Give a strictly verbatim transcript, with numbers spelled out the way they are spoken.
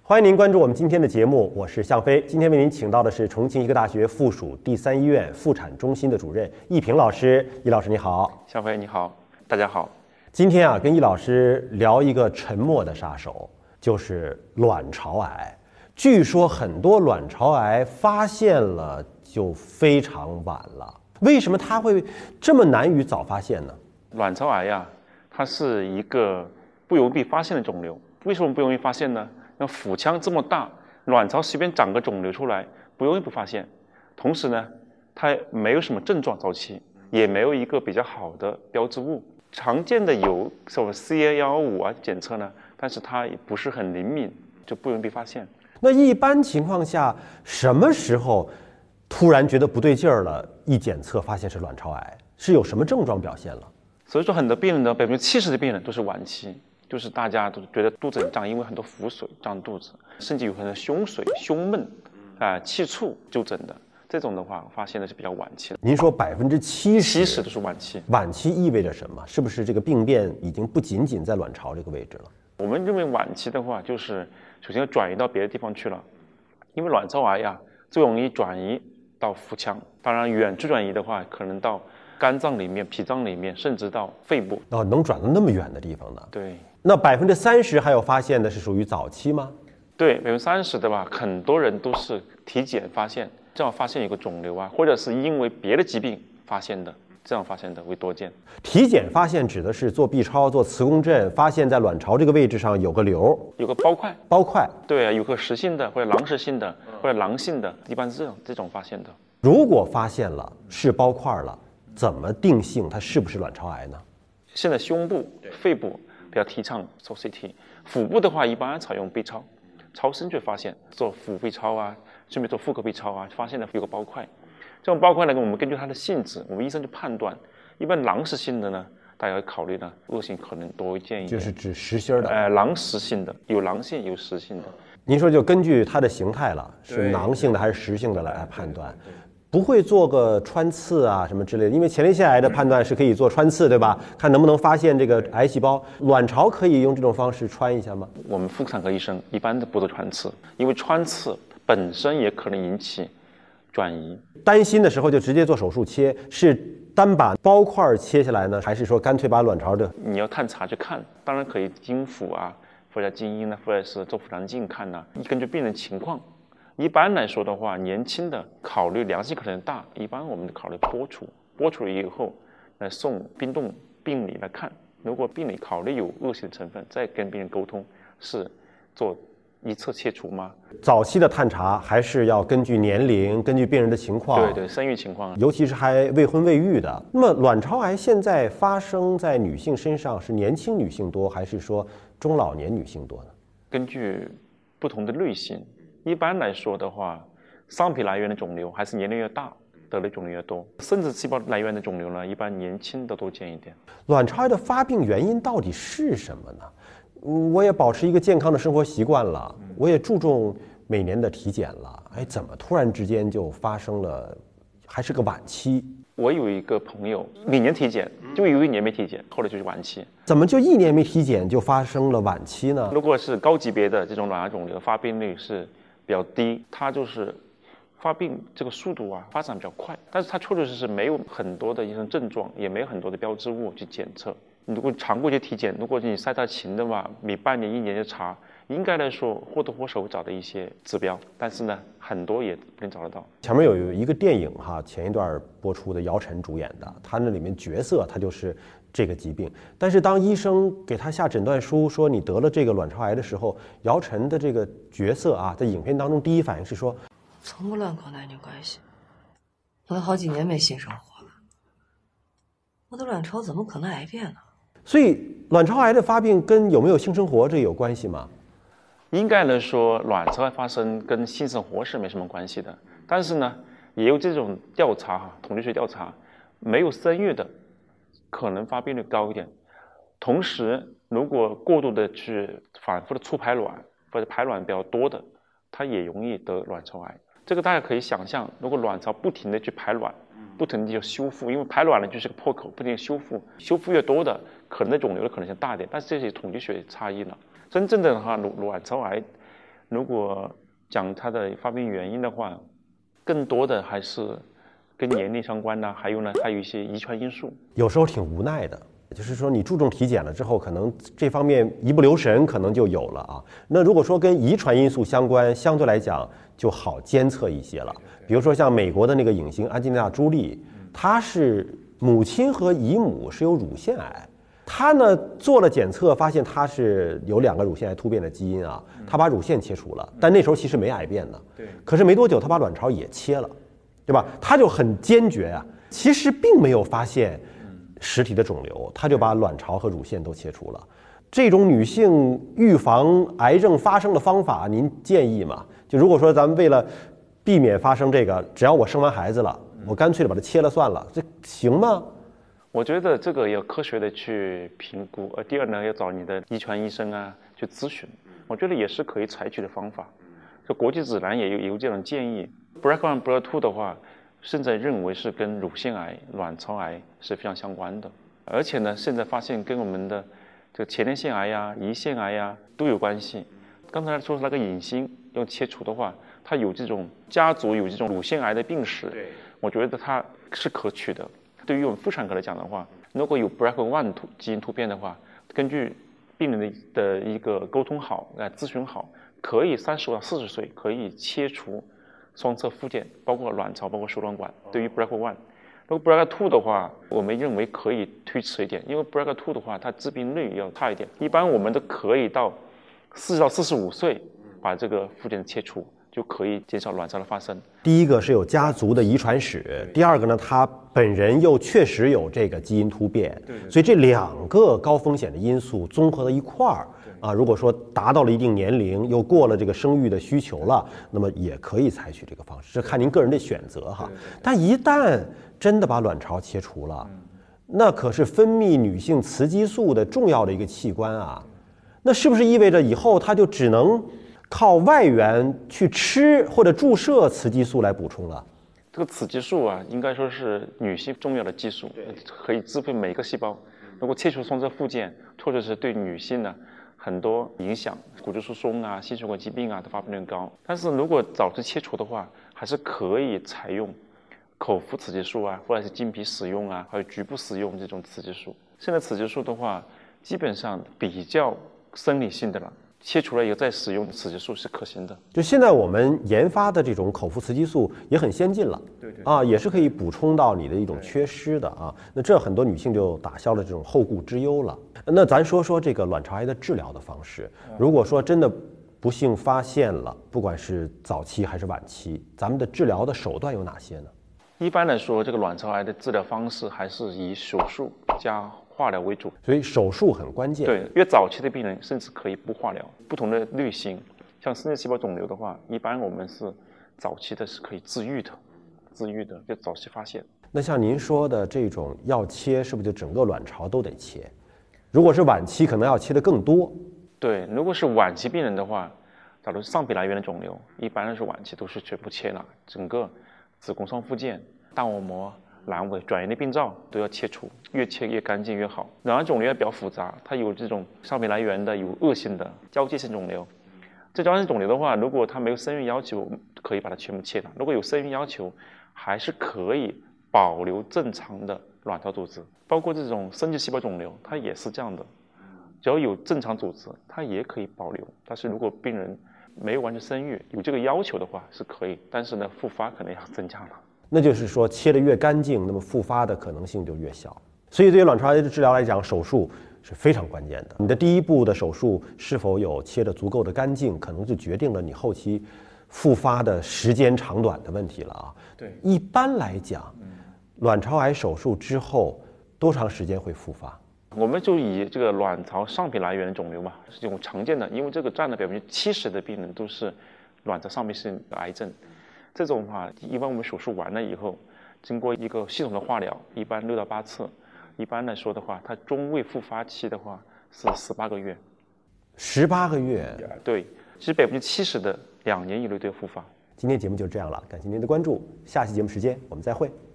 欢迎您关注我们今天的节目，我是向飞。今天为您请到的是重庆医科大学附属第三医院妇产中心的主任易平老师。易老师你好。 向飞你好，大家好。 今天啊，跟易老师聊一个沉默的杀手，就是卵巢癌。据说很多卵巢癌发现了就非常晚了，为什么它会这么难于早发现呢？ 卵巢癌呀，它是一个不容易发现的肿瘤。为什么不容易发现呢？那腹腔这么大，卵巢随便长个肿瘤出来，不容易不发现。同时呢，它没有什么症状早期，也没有一个比较好的标志物。常见的有什么 C A 一二五啊检测呢，但是它也不是很灵敏，就不容易被发现。 那一般情况下，什么时候突然觉得不对劲儿了？一检测发现是卵巢癌，是有什么症状表现了？ 所以说，很多病人呢，百分之七十的病人都是晚期。就是大家都觉得肚子很胀，因为很多腹水胀肚子，甚至有很多胸水、胸闷，啊、呃、气促就诊的，这种的话发现的是比较晚期的。 您说百分之七十， 七十都是晚期。 晚期意味着什么？是不是这个病变已经不仅仅在卵巢这个位置了？ 我们认为晚期的话，就是首先要转移到别的地方去了，因为卵巢癌呀最容易转移到腹腔，当然远处转移的话，可能到肝脏里面、脾脏里面，甚至到肺部。 哦，能转到那么远的地方呢？ 对。 那百分之三十还有发现的是属于早期吗？ 对，百分之三十的吧，很多人都是体检发现，正好发现有个肿瘤啊，或者是因为别的疾病发现的，这样发现的为多见。 体检发现指的是做 B 超、做磁共振，发现在卵巢这个位置上有个瘤， 有个包块。 包块。 对啊，有个实性的或者囊实性的或者囊性的，一般是这种这种发现的。 如果发现了是包块了，怎么定性它是不是卵巢癌呢？ 现在胸部、肺部比较提倡做 C T， 腹部的话一般采用 B 超，超声就发现做腹 B 超啊，顺便做妇科 B 超啊，发现了有个包块。这种包块呢，我们根据它的性质，我们医生就判断，一般囊实性的呢，大家要考虑呢，恶性可能多见一点。 就是指实心的。 呃，囊实性的，有囊性有实性的。 您说就根据它的形态了，是囊性的还是实性的来判断？不会做个穿刺啊什么之类的，因为前列腺癌的判断是可以做穿刺，对吧？看能不能发现这个癌细胞。卵巢可以用这种方式穿一下吗？ 我们妇产科医生一般都不做穿刺，因为穿刺本身也可能引起转移。 担心的时候就直接做手术切，是单把包块切下来呢，还是说干脆把卵巢的？ 你要探查去看，当然可以经腹啊，或者经阴呢，或者是做腹腔镜看呢、啊，根据病人情况。一般来说的话，年轻的考虑良性可能大，一般我们考虑剥除，剥除了以后来送冰冻病理来看，如果病理考虑有恶性成分，再跟病人沟通是做一侧切除吗？ 早期的探查还是要根据年龄，根据病人的情况， 对对，生育情况， 尤其是还未婚未育的。那么卵巢癌现在发生在女性身上，是年轻女性多，还是说中老年女性多呢？ 根据不同的类型。一般来说的话，上皮来源的肿瘤还是年龄越大得的肿瘤越多，生殖细胞来源的肿瘤呢，一般年轻的多见一点。 卵巢癌的发病原因到底是什么呢？嗯，我也保持一个健康的生活习惯了，我也注重每年的体检了，哎，怎么突然之间就发生了，还是个晚期？ 我有一个朋友，每年体检就有一年没体检，后来就是晚期。 怎么就一年没体检就发生了晚期呢？ 如果是高级别的这种卵巢肿瘤，发病率是比较低，它就是发病这个速度啊发展比较快，但是它确确实实没有很多的一些症状，也没有很多的标志物去检测。如果常规去体检，如果你筛查勤的话，每半年一年就查，应该来说或多或少会找到一些指标，但是呢很多也不能找得到。 前面有一个电影哈，前一段播出的，姚晨主演的，他那里面角色他就是这个疾病，但是当医生给他下诊断书说你得了这个卵巢癌的时候，姚晨的这个角色啊，在影片当中第一反应是说， 从不乱搞男女关系，我都好几年没性生活了，我的卵巢怎么可能癌变呢？ 所以卵巢癌的发病跟有没有性生活这有关系吗？ 应该来说，卵巢癌发生跟性生活是没什么关系的，但是呢，也有这种调查哈，统计学调查，没有生育的可能发病率高一点。同时，如果过度的去反复的促排卵或者排卵比较多的，它也容易得卵巢癌。这个大家可以想象，如果卵巢不停的去排卵，不停地修复，因为排卵呢就是个破口，不停地修复，修复越多的，可能的肿瘤的可能性大一点，但是这是统计学差异了。真正的话，卵巢癌如果讲它的发病原因的话，更多的还是跟年龄相关呢，还有呢，还有一些遗传因素。 有时候挺无奈的，就是说你注重体检了之后，可能这方面一不留神可能就有了啊。那如果说跟遗传因素相关，相对来讲就好监测一些了。比如说像美国的那个影星安吉丽娜·朱莉，她是母亲和姨母是有乳腺癌。他呢做了检测，发现他是有两个乳腺癌突变的基因啊，他把乳腺切除了，但那时候其实没癌变呢。 对。 可是没多久，他把卵巢也切了，对吧？他就很坚决啊，其实并没有发现实体的肿瘤，他就把卵巢和乳腺都切除了。这种女性预防癌症发生的方法，您建议吗？就如果说咱们为了避免发生这个，只要我生完孩子了，我干脆的把它切了算了，这行吗？ 我觉得这个要科学的去评估，呃，第二呢，要找你的遗传医生啊去咨询，我觉得也是可以采取的方法。就国际指南也有有这种建议 ，B R C A 一 B R C A 二 的话，现在认为是跟乳腺癌、卵巢癌是非常相关的，而且呢，现在发现跟我们的这个前列腺癌呀、胰腺癌呀都有关系。刚才说那个影星用切除的话，它有这种家族有这种乳腺癌的病史，我觉得它是可取的。对于我们妇产科来讲的话，如果有 B R C A 一 突基因突变的话，根据病人的的一个沟通好，呃，咨询好，可以三十到四十岁可以切除双侧附件，包括卵巢，包括输卵管。对于 B R C A 一，如果 B R C A 二 的话，我们认为可以推迟一点，因为 B R C A 二 的话，它致病率要差一点。一般我们都可以到四十到四十五岁把这个附件切除，就可以减少卵巢的发生。 第一个是有家族的遗传史，第二个呢，他本人又确实有这个基因突变， 对对对， 所以这两个高风险的因素综合到一块儿啊，如果说达到了一定年龄，又过了这个生育的需求了，那么也可以采取这个方式，这看您个人的选择哈。 对对对， 但一旦真的把卵巢切除了，嗯，那可是分泌女性雌激素的重要的一个器官啊，那是不是意味着以后它就只能靠外源去吃或者注射雌激素来补充了？ 这个雌激素啊，应该说是女性重要的激素，可以支配每个细胞。如果切除双侧附件，或者是对女性呢很多影响，骨质疏松啊、心血管疾病啊，都发病率高。但是如果早期切除的话，还是可以采用口服雌激素啊，或者是经皮使用啊，还有局部使用这种雌激素。现在雌激素的话，基本上比较生理性的了。切除了以后再使用雌激素是可行的。 就现在我们研发的这种口服雌激素也很先进了， 对对啊，也是可以补充到你的一种缺失的啊。那这很多女性就打消了这种后顾之忧了。那咱说说这个卵巢癌的治疗的方式。如果说真的不幸发现了，不管是早期还是晚期，咱们的治疗的手段有哪些呢？ 一般来说，这个卵巢癌的治疗方式还是以手术加化疗为主， 所以手术很关键。 对，越早期的病人甚至可以不化疗。不同的类型，像生殖细胞肿瘤的话，一般我们是早期的是可以治愈的，治愈的就早期发现。 那像您说的这种要切，是不是就整个卵巢都得切？如果是晚期，可能要切的更多。 对，如果是晚期病人的话，假如是上皮来源的肿瘤，一般是晚期都是全部切了，整个子宫双附件、大窝膜、阑尾、转移的病灶都要切除，越切越干净越好。卵巢肿瘤也比较复杂，它有这种上皮来源的，有恶性的交界性肿瘤。这交界性肿瘤的话，如果它没有生育要求，可以把它全部切了；如果有生育要求，还是可以保留正常的卵巢组织。包括这种生殖细胞肿瘤，它也是这样的，只要有正常组织，它也可以保留。但是如果病人没有完全生育，有这个要求的话是可以，但是呢，复发可能要增加了。 那就是说，切得越干净，那么复发的可能性就越小。所以，对于卵巢癌的治疗来讲，手术是非常关键的。你的第一步的手术是否有切得足够的干净，可能就决定了你后期复发的时间长短的问题了啊。 对， 一般来讲，卵巢癌手术之后多长时间会复发？ 我们就以这个卵巢上皮来源的肿瘤嘛，是这种常见的，因为这个占了百分之七十的病人都是卵巢上皮性癌症。这种的话，一般我们手术完了以后，经过一个系统的化疗，一般六到八次。一般来说的话，它中位复发期的话是十八个月。 十八个月？ 对，其实百分之七十的两年以内都要复发。 今天节目就这样了，感谢您的关注，下期节目时间我们再会。